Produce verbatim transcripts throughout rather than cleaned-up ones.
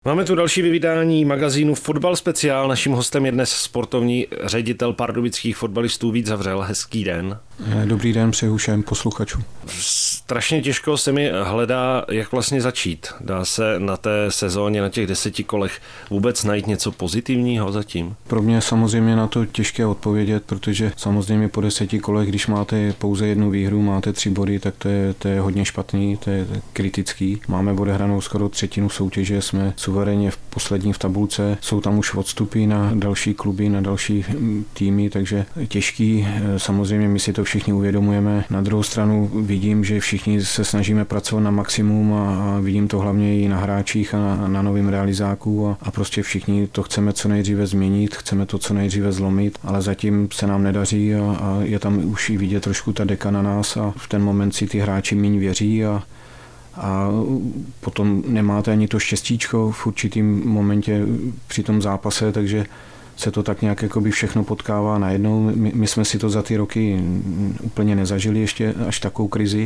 Máme tu další vydání magazínu Fotbal speciál. Naším hostem je dnes sportovní ředitel pardubických fotbalistů Vít Zavřel. Hezký den. Dobrý den, přeju všem posluchačům. Strašně těžko se mi hledá, jak vlastně začít. Dá se na té sezóně, na těch deseti kolech vůbec najít něco pozitivního zatím? Pro mě je samozřejmě na to těžké odpovědět, protože samozřejmě po deseti kolech, když máte pouze jednu výhru, máte tři body, tak to je, to je hodně špatný, to je kritický. Máme odehranou skoro třetinu soutěže, jsme suverénně v poslední v tabulce, jsou tam už odstupy na další kluby, na další týmy, takže těžký. Samozřejmě my si to všichni uvědomujeme. Na druhou stranu vidím, že všichni se snažíme pracovat na maximum a, a vidím to hlavně i na hráčích a na, na novým realizáku a, a prostě všichni to chceme co nejdříve změnit, chceme to co nejdříve zlomit, ale zatím se nám nedaří a, a je tam už i vidět trošku ta deka na nás a v ten moment si ty hráči míň věří a a potom nemáte ani to štěstíčko v určitým momentě při tom zápase, takže se to tak nějak jakoby všechno potkává najednou. My, my jsme si to za ty roky úplně nezažili ještě až takovou krizi.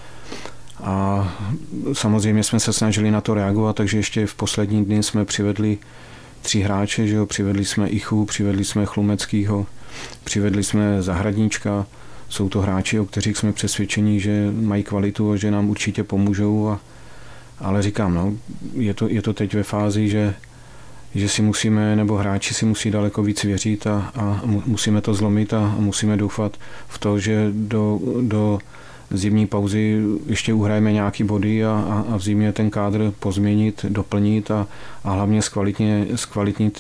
A samozřejmě jsme se snažili na to reagovat, takže ještě v poslední dny jsme přivedli tři hráče, že jo? Přivedli jsme Ichu, přivedli jsme Chlumeckýho, přivedli jsme Zahradníčka. Jsou to hráči, o kterých jsme přesvědčeni, že mají kvalitu a že nám určitě pomůžou. A, ale říkám, no, je to, je to teď ve fázi, že, že si musíme, nebo hráči si musí daleko víc věřit a, a musíme to zlomit a, a musíme doufat v to, že do, do zimní pauzy ještě uhrajeme nějaký body a, a, a v zimě ten kádr pozměnit, doplnit a, a hlavně zkvalitně, zkvalitnit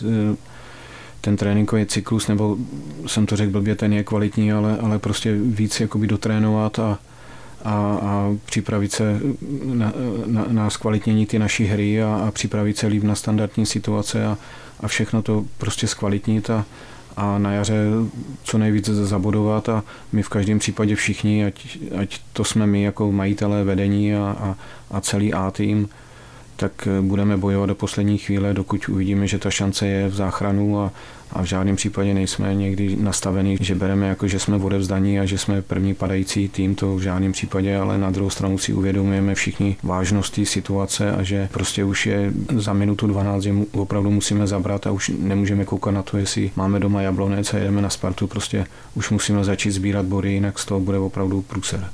ten tréninkový cyklus, nebo jsem to řekl blbě, ten je kvalitní, ale, ale prostě víc jakoby dotrénovat a, a, a připravit se na, na, na zkvalitnění ty naší hry a, a připravit se líp na standardní situace a, a všechno to prostě zkvalitnit a, a na jaře co nejvíc zabodovat a my v každém případě všichni, ať, ať to jsme my jako majitelé vedení a, a, a celý A-tým, tak budeme bojovat do poslední chvíle, dokud uvidíme, že ta šance je v záchranu a, a v žádném případě nejsme někdy nastavení, že bereme jako, že jsme odevzdaní a že jsme první padající tým, to v žádném případě, ale na druhou stranu si uvědomujeme všichni vážnost té situace a že prostě už je za minutu dvanáct, že opravdu musíme zabrat a už nemůžeme koukat na to, jestli máme doma Jablonec a jedeme na Spartu, prostě už musíme začít sbírat body, jinak z toho bude opravdu průser.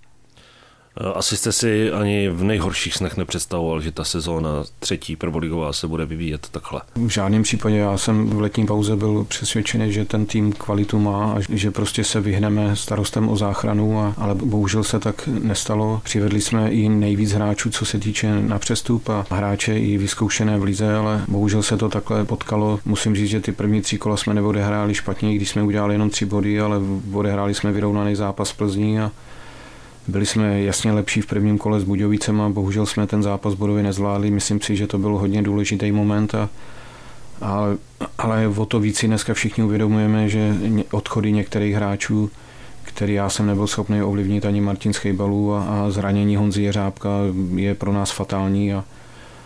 Asi jste si ani v nejhorších snech nepředstavoval, že ta sezóna třetí prvoligová se bude vyvíjet takhle. V žádném případě. Já jsem v letní pauze byl přesvědčený, že ten tým kvalitu má a že prostě se vyhneme starostem o záchranu, a, ale bohužel se tak nestalo. Přivedli jsme i nejvíc hráčů, co se týče na přestup a hráče i vyzkoušené v lize, ale bohužel se to takhle potkalo. Musím říct, že ty první tři kola jsme neodehráli špatně, když jsme udělali jenom tři body, ale odehráli jsme vyrovnaný zápas v Plzni a byli jsme jasně lepší v prvním kole s Budějovicema, bohužel jsme ten zápas bodově nezvládli, myslím si, že to byl hodně důležitý moment, a, ale, ale o to víc si dneska všichni uvědomujeme, že odchody některých hráčů, který já jsem nebyl schopný ovlivnit, ani Martin Schejbalů a, a zranění Honzy Jeřábka je pro nás fatální a,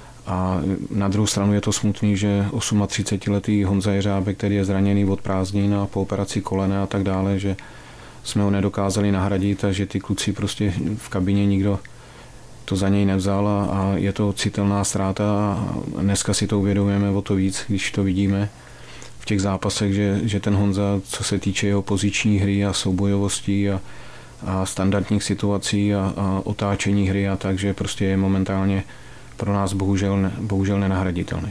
a na druhou stranu je to smutný, že třicetiosmiletý Honza Jeřábek, který je zraněný od prázdnin a po operaci kolena a tak dále, že jsme ho nedokázali nahradit a že ty kluci prostě v kabině nikdo to za něj nevzal a, a je to citelná ztráta a dneska si to uvědomujeme o to víc, když to vidíme v těch zápasech, že, že ten Honza, co se týče jeho poziční hry a soubojovostí a, a standardních situací a, a otáčení hry a tak, že prostě je momentálně pro nás bohužel, ne, bohužel nenahraditelný.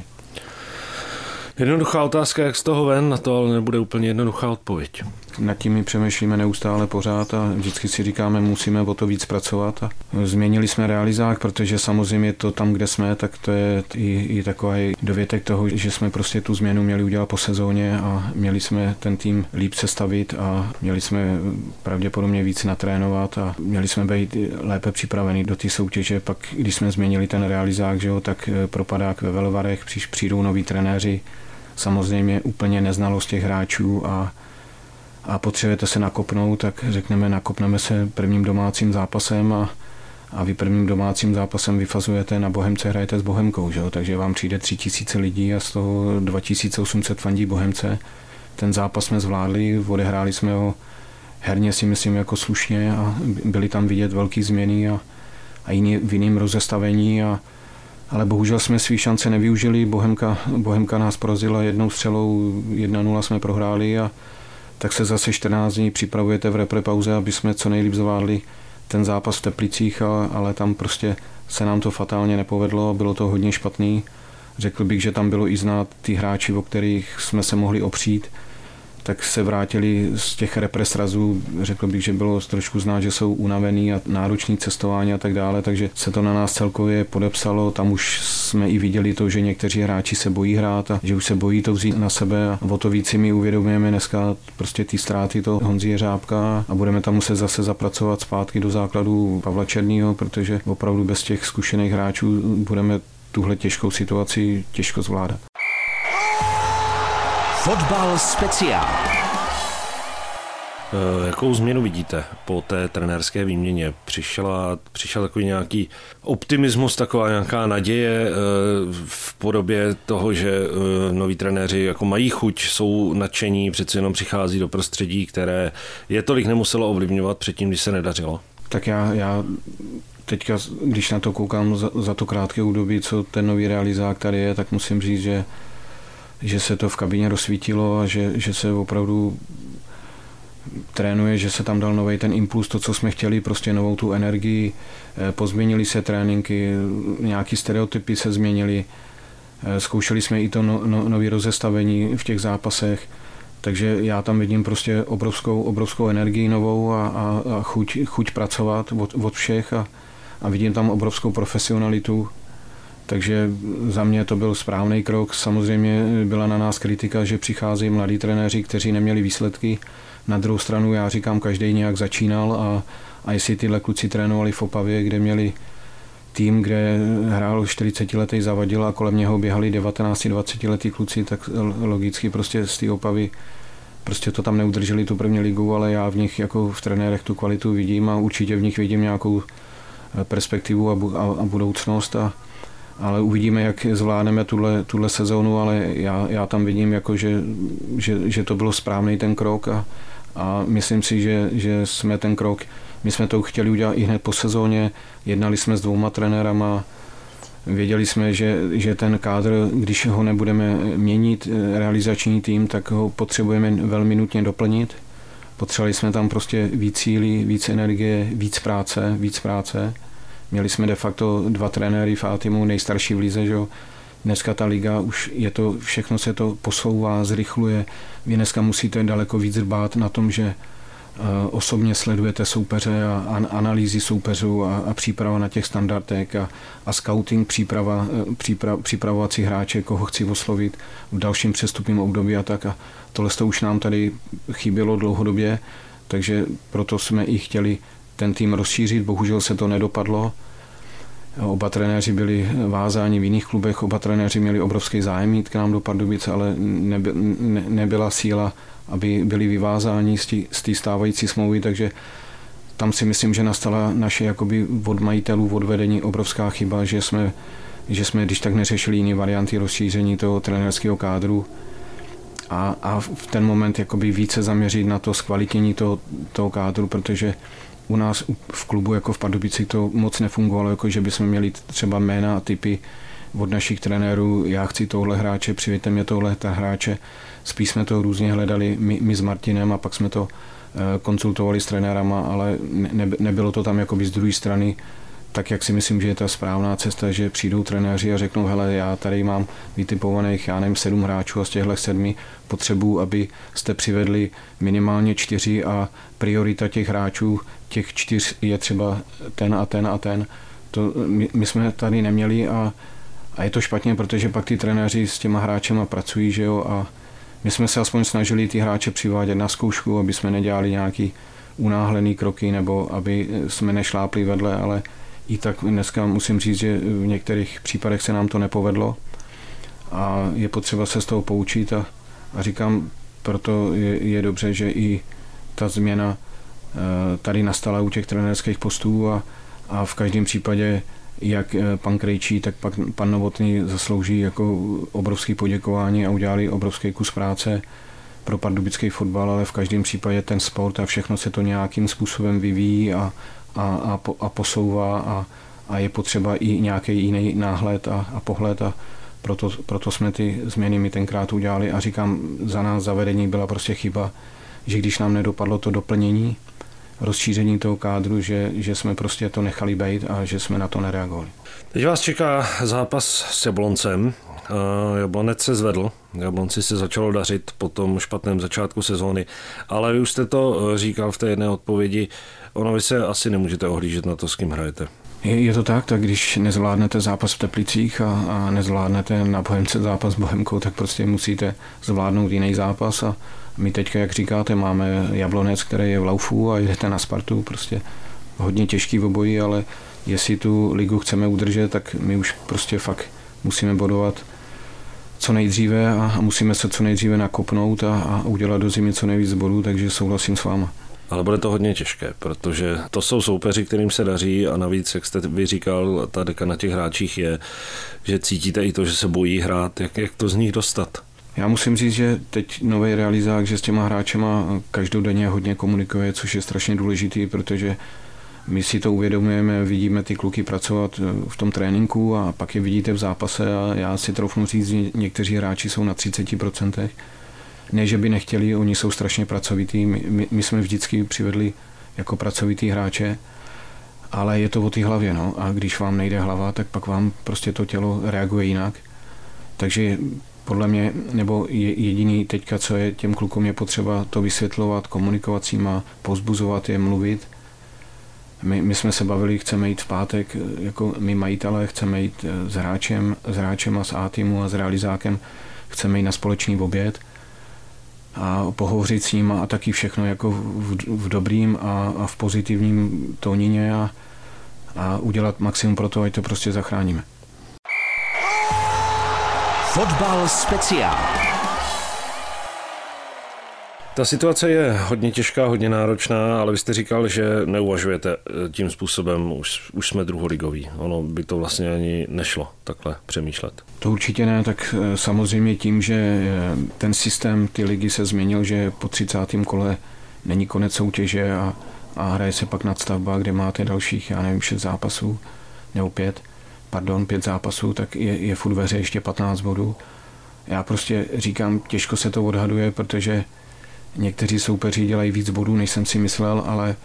Jednoduchá otázka, jak z toho ven, na to ale nebude úplně jednoduchá odpověď. Nad tím my přemýšlíme neustále pořád a vždycky si říkáme, musíme o to víc pracovat. A změnili jsme realizák, protože samozřejmě to tam, kde jsme, tak to je i, i takový dovětek toho, že jsme prostě tu změnu měli udělat po sezóně a měli jsme ten tým líp sestavit a měli jsme pravděpodobně víc natrénovat a měli jsme být lépe připraveni do té soutěže. Pak, když jsme změnili ten realizák, že jo, tak propadák ve Velvarech, přijdou noví trenéři, samozřejmě úplně neznalost těch hráčů a a potřebujete se nakopnout, tak řekneme, nakopneme se prvním domácím zápasem a, a vy prvním domácím zápasem vyfazujete na Bohemce, hrajete s Bohemkou, že jo? Takže vám přijde tři tisíce lidí a z toho dva tisíce osm set fandí Bohemce. Ten zápas jsme zvládli, odehráli jsme ho herně, si myslím, jako slušně a byly tam vidět velké změny a, a jiný, v jiném rozestavení a ale bohužel jsme svý šance nevyužili. Bohemka, Bohemka nás porazila jednou střelou, jedna nula jsme prohráli a tak se zase čtrnáct dní připravujete v repre pauze, aby jsme co nejlíp zvládli ten zápas v Teplicích, ale, ale tam prostě se nám to fatálně nepovedlo, bylo to hodně špatný. Řekl bych, že tam bylo i znát ty hráči, o kterých jsme se mohli opřít, tak se vrátili z těch represrazů. Řekl bych, že bylo trošku znát, že jsou unavený a náročný cestování a tak dále, takže se to na nás celkově podepsalo. Tam už jsme i viděli to, že někteří hráči se bojí hrát a že už se bojí to vzít na sebe a o to víc si my uvědomujeme dneska prostě ty ztráty to Honzi Jeřábka a budeme tam muset zase zapracovat zpátky do základu Pavla Černýho, protože opravdu bez těch zkušených hráčů budeme tuhle těžkou situaci těžko zvládat. Fotbal speciál. Jakou změnu vidíte po té trenérské výměně? Přišla, přišel takový nějaký optimismus, taková nějaká naděje v podobě toho, že noví trenéři jako mají chuť, jsou nadšení, přece jenom přichází do prostředí, které je tolik nemuselo ovlivňovat předtím, když se nedařilo? Tak já, já teďka, když na to koukám za, za to krátké údobí, co ten nový realizák tady je, tak musím říct, že že se to v kabině rozsvítilo a že, že se opravdu trénuje, že se tam dal nový ten impuls, to, co jsme chtěli, prostě novou tu energii, pozměnili se tréninky, nějaký stereotypy se změnily, zkoušeli jsme i to no, no, nový rozestavení v těch zápasech, takže já tam vidím prostě obrovskou, obrovskou energii novou a, a, a chuť, chuť pracovat od, od všech a, a vidím tam obrovskou profesionalitu. Takže za mě to byl správný krok. Samozřejmě byla na nás kritika, že přicházejí mladí trenéři, kteří neměli výsledky. Na druhou stranu já říkám, každý nějak začínal a, a jestli tyhle kluci trénovali v Opavě, kde měli tým, kde hrál čtyřicetiletý Zavadil a kolem něho běhali devatenáct dvacetiletí kluci, tak logicky prostě z té Opavy prostě to tam neudrželi tu první ligu, ale já v nich jako v trenérech tu kvalitu vidím a určitě v nich vidím nějakou perspektivu a, bu, a, a budoucnost a ale uvidíme, jak zvládneme tuhle, tuhle sezónu, ale já, já tam vidím, jako že, že, že to bylo správný ten krok a, a myslím si, že, že jsme ten krok, my jsme to chtěli udělat i hned po sezóně, jednali jsme s dvouma trenérama, věděli jsme, že, že ten kádr, když ho nebudeme měnit, realizační tým, tak ho potřebujeme velmi nutně doplnit. Potřebovali jsme tam prostě víc síly, víc energie, víc práce, víc práce. Měli jsme de facto dva trenéry v A-týmu, nejstarší v lize, že jo. Dneska ta liga už je to, všechno se to posouvá, zrychluje. Vy dneska musíte daleko víc dbát na tom, že osobně sledujete soupeře a analýzy soupeřů a, a příprava na těch standardech a, a scouting, příprava, příprav, připravovací hráče, koho chci oslovit v dalším přestupním období a tak. A tohle to už nám tady chybělo dlouhodobě, takže proto jsme i chtěli ten tým rozšířit, bohužel se to nedopadlo. Oba trenéři byli vázáni v jiných klubech, oba trenéři měli obrovský zájem jít k nám do Pardubic, ale neby, ne, nebyla síla, aby byli vyvázáni z té stávající smlouvy, takže tam si myslím, že nastala naše jakoby od majitelů odvedení obrovská chyba, že jsme, že jsme když tak neřešili jiné varianty rozšíření toho trenérského kádru a, a v ten moment jakoby více zaměřit na to zkvalitnění toho, toho kádru, protože u nás v klubu jako v Pardubicích to moc nefungovalo, jako že bychom měli třeba jména a typy od našich trenérů, já chci tohle hráče, přivěďte mě tohle hráče. Spíš jsme to různě hledali my, my s Martinem a pak jsme to konzultovali s trenérama, ale ne, nebylo to tam jakoby z druhé strany tak, jak si myslím, že je ta správná cesta, že přijdou trenéři a řeknou, hele, já tady mám vytipovaných, já nevím, sedm hráčů a z těchto sedmi potřebuji, aby jste přivedli minimálně čtyři a priorita těch hráčů, těch čtyř je třeba ten a ten a ten. To my, my jsme tady neměli a, a je to špatně, protože pak ty trenéři s těma hráčema pracují, že jo, a my jsme se aspoň snažili ty hráče přivádět na zkoušku, aby jsme nedělali nějaký unáhlený kroky nebo aby jsme nešlápli vedle, ale i tak dneska musím říct, že v některých případech se nám to nepovedlo a je potřeba se z toho poučit a, a říkám, proto je, je dobře, že i ta změna tady nastala u těch trenérských postů a, a v každém případě jak pan Krejčí, tak pak pan Novotný zaslouží jako obrovské poděkování a udělali obrovský kus práce pro pardubický fotbal, ale v každém případě ten sport a všechno se to nějakým způsobem vyvíjí a, a, a, po, a posouvá a, a je potřeba i nějaký jiný náhled a, a pohled a proto, proto jsme ty změny my tenkrát udělali a říkám, za nás zavedení byla prostě chyba, že když nám nedopadlo to doplnění, rozšíření toho kádru, že, že jsme prostě to nechali bejt a že jsme na to nereagovali. Teď vás čeká zápas s Jabloncem. Jablonec se zvedl, Jablonci se začalo dařit po tom špatném začátku sezóny, ale vy už jste to říkal v té jedné odpovědi, ono vy se asi nemůžete ohlížet na to, s kým hrajete. Je, je to tak, tak když nezvládnete zápas v Teplicích a, a nezvládnete na Bohemce zápas s Bohemkou, tak prostě musíte zvládnout jiný zápas a my teďka, jak říkáte, máme Jablonec, který je v laufu a jdete na Spartu, prostě hodně těžký v obojí, ale jestli tu ligu chceme udržet, tak my už prostě fakt musíme bodovat co nejdříve a musíme se co nejdříve nakopnout a, a udělat do zimy co nejvíc bodů, takže souhlasím s váma. Ale bude to hodně těžké, protože to jsou soupeři, kterým se daří a navíc, jak jste vy říkal, ta deka na těch hráčích je, že cítíte i to, že se bojí hrát. Jak, jak to z nich dostat? Já musím říct, že teď nový realizák, že s těma hráčema každodenně hodně komunikuje, což je strašně důležitý, protože my si to uvědomujeme, vidíme ty kluky pracovat v tom tréninku a pak je vidíte v zápase a já si troufnu říct, že někteří hráči jsou na třicet procent. Ne, že by nechtěli, oni jsou strašně pracovitý. My, my, my jsme vždycky přivedli jako pracovitý hráče, ale je to o té hlavě, no. A když vám nejde hlava, tak pak vám prostě to tělo reaguje jinak. Takže podle mě, nebo jediný teďka, co je těm klukům je potřeba to vysvětlovat, komunikovat s nima, povzbuzovat je, mluvit. My, my jsme se bavili, chceme jít v pátek, jako my majitelé, chceme jít s hráčem, s hráčem a s A-týmu a s realizákem, chceme jít na společný oběd a pohovořit s nima a taky všechno jako v, v dobrým a, a v pozitivním tónině a, a udělat maximum pro to, ať to prostě zachráníme. Fotbal speciál. Ta situace je hodně těžká, hodně náročná, ale vy jste říkal, že neuvažujete tím způsobem, už, už jsme druholigoví. Ono by to vlastně ani nešlo takhle přemýšlet. To určitě ne, tak samozřejmě tím, že ten systém ty ligy se změnil, že po třicátém kole není konec soutěže a, a hraje se pak nadstavba, kde máte dalších, já nevím, šest zápasů, nebo pět, pardon, pět zápasů, tak je, je furt ve hře ještě patnáct bodů. Já prostě říkám, těžko se to odhaduje, protože někteří soupeři dělají víc bodů, než jsem si myslel, ale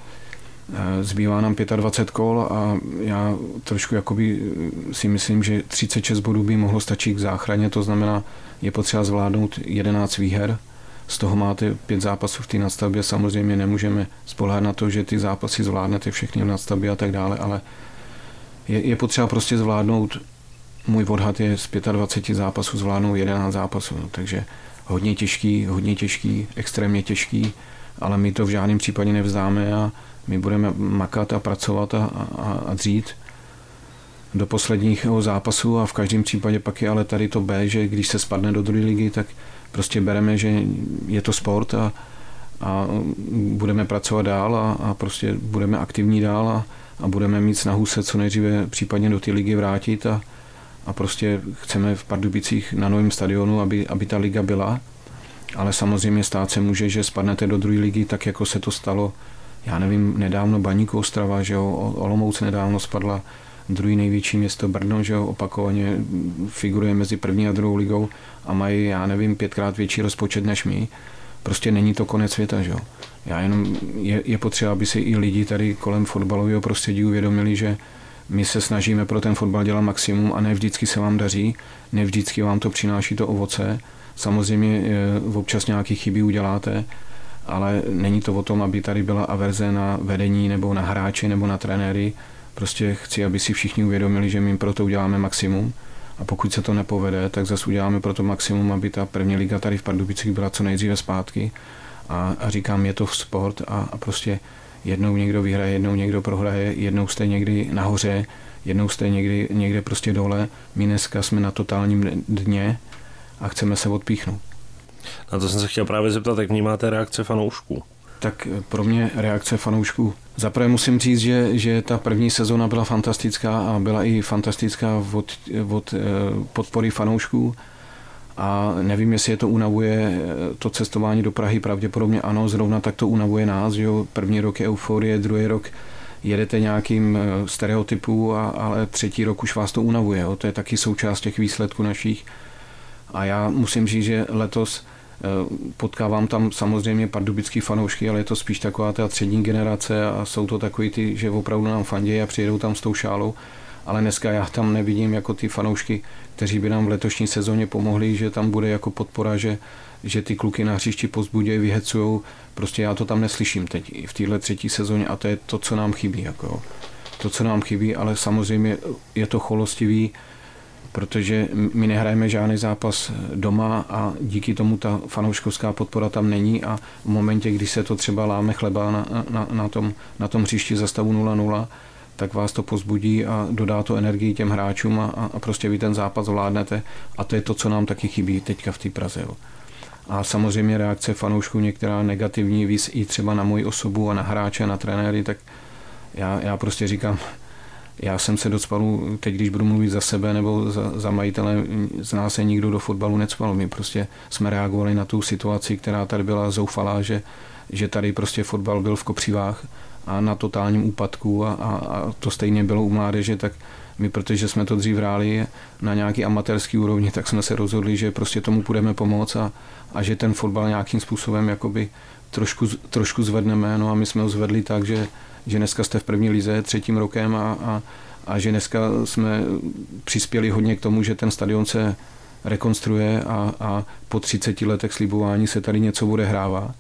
zbývá nám dvacet pět kol a já trošku jakoby si myslím, že třicet šest bodů by mohlo stačit k záchraně, to znamená, je potřeba zvládnout jedenáct výher, z toho máte pět zápasů v té nadstavbě, samozřejmě nemůžeme spoléhat na to, že ty zápasy zvládnete všechny v nadstavbě a tak dále, ale je, je potřeba prostě zvládnout, můj odhad je z dvacet pět zápasů zvládnout jedenáct zápasů, no, takže hodně těžký, hodně těžký, extrémně těžký, ale my to v žádném případě nevzdáme a my budeme makat a pracovat a, a, a dřít do posledního zápasu a v každém případě pak je ale tady to B, že když se spadne do druhé ligy, tak prostě bereme, že je to sport a, a budeme pracovat dál a, a prostě budeme aktivní dál a, a budeme mít snahu se co nejdříve případně do té ligy vrátit a a prostě chceme v Pardubicích na novém stadionu, aby, aby ta liga byla, ale samozřejmě stát se může, že spadnete do druhé ligy, tak jako se to stalo, já nevím, nedávno Baník Ostrava, že jo, Olomouc nedávno spadla, druhý největší město Brno, že jo, opakovaně figuruje mezi první a druhou ligou a mají, já nevím, pětkrát větší rozpočet než my. Prostě není to konec světa, že jo. Já jenom, je, je potřeba, aby si i lidi tady kolem fotbalového prostředí uvědomili, že my se snažíme pro ten fotbal dělat maximum a ne vždycky se vám daří, ne vždycky vám to přináší to ovoce. Samozřejmě občas nějaké chyby uděláte, ale není to o tom, aby tady byla averze na vedení nebo na hráče nebo na trenéry. Prostě chci, aby si všichni uvědomili, že my pro to uděláme maximum a pokud se to nepovede, tak zase uděláme pro to maximum, aby ta první liga tady v Pardubicích byla co nejdříve zpátky a, a říkám, je to sport a, a prostě jednou někdo vyhraje, jednou někdo prohraje, jednou jste někdy nahoře, jednou jste někdy, někde prostě dole. My dneska jsme na totálním dně a chceme se odpíchnout. Na to jsem se chtěl právě zeptat, jak vnímáte reakce fanoušků? Tak pro mě reakce fanoušků. Zaprvé musím říct, že, že ta první sezóna byla fantastická a byla i fantastická od, od podpory fanoušků. A nevím, jestli je to unavuje to cestování do Prahy, pravděpodobně ano, zrovna tak to unavuje nás, že jo? První rok je euforie, druhý rok jedete nějakým stereotypů, a, ale třetí rok už vás to unavuje. Jo. To je taky součást těch výsledků našich. A já musím říct, že letos potkávám tam samozřejmě pardubický fanoušky, ale je to spíš taková ta střední generace a jsou to takový ty, že opravdu nám fandějí a přijedou tam s tou šálou. Ale dneska já tam nevidím jako ty fanoušky, kteří by nám v letošní sezóně pomohli, že tam bude jako podpora, že, že ty kluky na hřišti povzbudějí, vyhecujou. Prostě já to tam neslyším teď v téhle třetí sezóně a to je to, co nám chybí. Jako. To, co nám chybí, ale samozřejmě je to cholostivý, protože my nehrajeme žádný zápas doma a díky tomu ta fanouškovská podpora tam není a v momentě, kdy se to třeba láme chleba na, na, na, tom, na tom hřišti za stavu nula nula, tak vás to pozbudí a dodá to energii těm hráčům a, a prostě vy ten zápas zvládnete a to je to, co nám taky chybí teďka v té Praze. Jo. A samozřejmě reakce fanoušků některá negativní, víc i třeba na moji osobu a na hráče, na trenéry, tak já, já prostě říkám, já jsem se docpalu, teď když budu mluvit za sebe nebo za, za majitele, z nás se nikdo do fotbalu necpal. My prostě jsme reagovali na tu situaci, která tady byla zoufalá, že, že tady prostě fotbal byl v kopřivách a na totálním úpadku a, a, a to stejně bylo u mládeže, tak my, protože jsme to dřív hráli na nějaký amatérský úrovni, tak jsme se rozhodli, že prostě tomu půjdeme pomoct a, a že ten fotbal nějakým způsobem jakoby trošku, trošku zvedneme. No a my jsme ho zvedli tak, že, že dneska jste v první lize třetím rokem a, a, a že dneska jsme přispěli hodně k tomu, že ten stadion se rekonstruuje a, a po třiceti letech slibování se tady něco odehrává.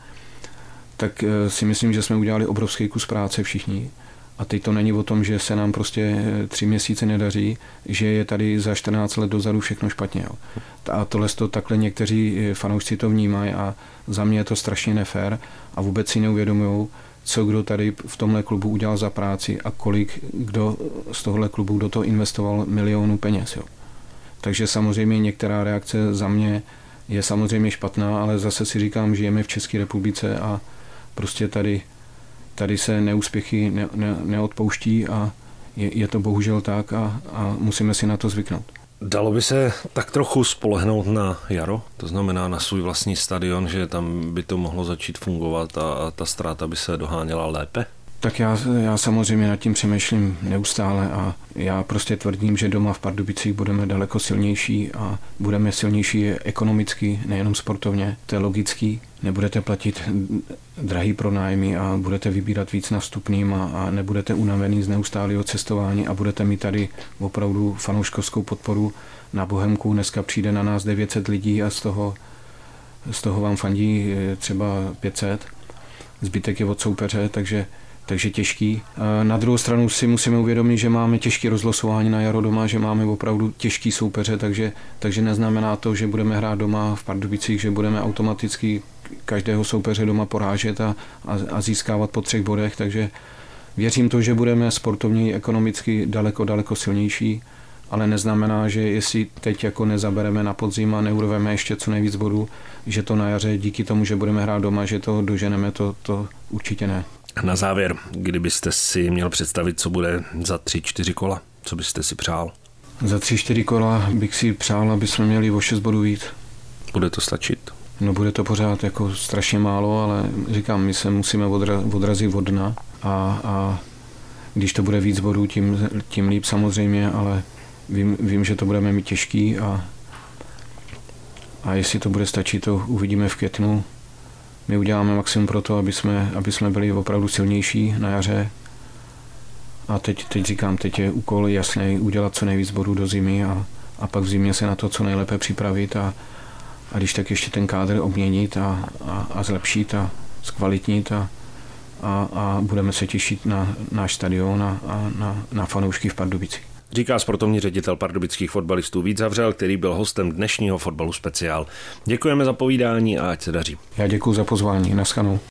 Tak si myslím, že jsme udělali obrovský kus práce všichni. A teď to není o tom, že se nám prostě tři měsíce nedaří, že je tady za čtrnáct let dozadu všechno špatně. Jo. A tohle to takhle někteří fanoušci to vnímají a za mě je to strašně nefér a vůbec si neuvědomují, co kdo tady v tomhle klubu udělal za práci a kolik kdo z tohle klubu do toho investoval milionů peněz. Jo. Takže samozřejmě některá reakce za mě je samozřejmě špatná, ale zase si říkám, žijeme v České republice a prostě tady Tady se neúspěchy ne, ne, neodpouští a je, je to bohužel tak a, a musíme si na to zvyknout. Dalo by se tak trochu spolehnout na jaro? To znamená na svůj vlastní stadion, že tam by to mohlo začít fungovat a, a ta ztráta by se doháněla lépe? Tak já, já samozřejmě nad tím přemýšlím neustále a já prostě tvrdím, že doma v Pardubicích budeme daleko silnější a budeme silnější ekonomicky, nejenom sportovně. To je logický. Nebudete platit drahý pronájmy a budete vybírat víc na vstupným a, a nebudete unavený z neustálého cestování a budete mít tady opravdu fanouškovskou podporu na Bohemku. Dneska přijde na nás devět set lidí a z toho, z toho vám fandí třeba pět set. Zbytek je od soupeře, takže takže těžký. Na druhou stranu si musíme uvědomit, že máme těžké rozlosování na jaro doma, že máme opravdu těžký soupeře, takže, takže neznamená to, že budeme hrát doma v Pardubicích, že budeme automaticky každého soupeře doma porážet a, a, a získávat po třech bodech, takže věřím to, že budeme sportovně ekonomicky daleko, daleko silnější, ale neznamená, že jestli teď jako nezabereme na podzim a neurveme ještě co nejvíc bodů, že to na jaře díky tomu, že budeme hrát doma, že to doženeme, to, to určitě ne. Na závěr, kdybyste si měl představit, co bude za tři, čtyři kola, co byste si přál? Za tři, čtyři kola bych si přál, aby jsme měli o šest bodů víc. Bude to stačit? No bude to pořád jako strašně málo, ale říkám, my se musíme odra, odrazit od dna a, a když to bude víc bodů, tím, tím líp samozřejmě, ale vím, vím, že to budeme mít těžký a, a jestli to bude stačit, to uvidíme v květnu. My uděláme maximum pro to, aby jsme, aby jsme byli opravdu silnější na jaře. A teď, teď říkám, teď je úkol jasný udělat co nejvíc bodů do zimy a, a pak v zimě se na to co nejlépe připravit a, a když tak ještě ten kádr obměnit a, a, a zlepšit a zkvalitnit a, a, a budeme se těšit na náš stadion a, a na, na fanoušky v Pardubicích. Říká sportovní ředitel pardubických fotbalistů Vít Zavřel, který byl hostem dnešního Fotbalu speciál. Děkujeme za povídání a ať se daří. Já děkuji za pozvání. Naschledanou.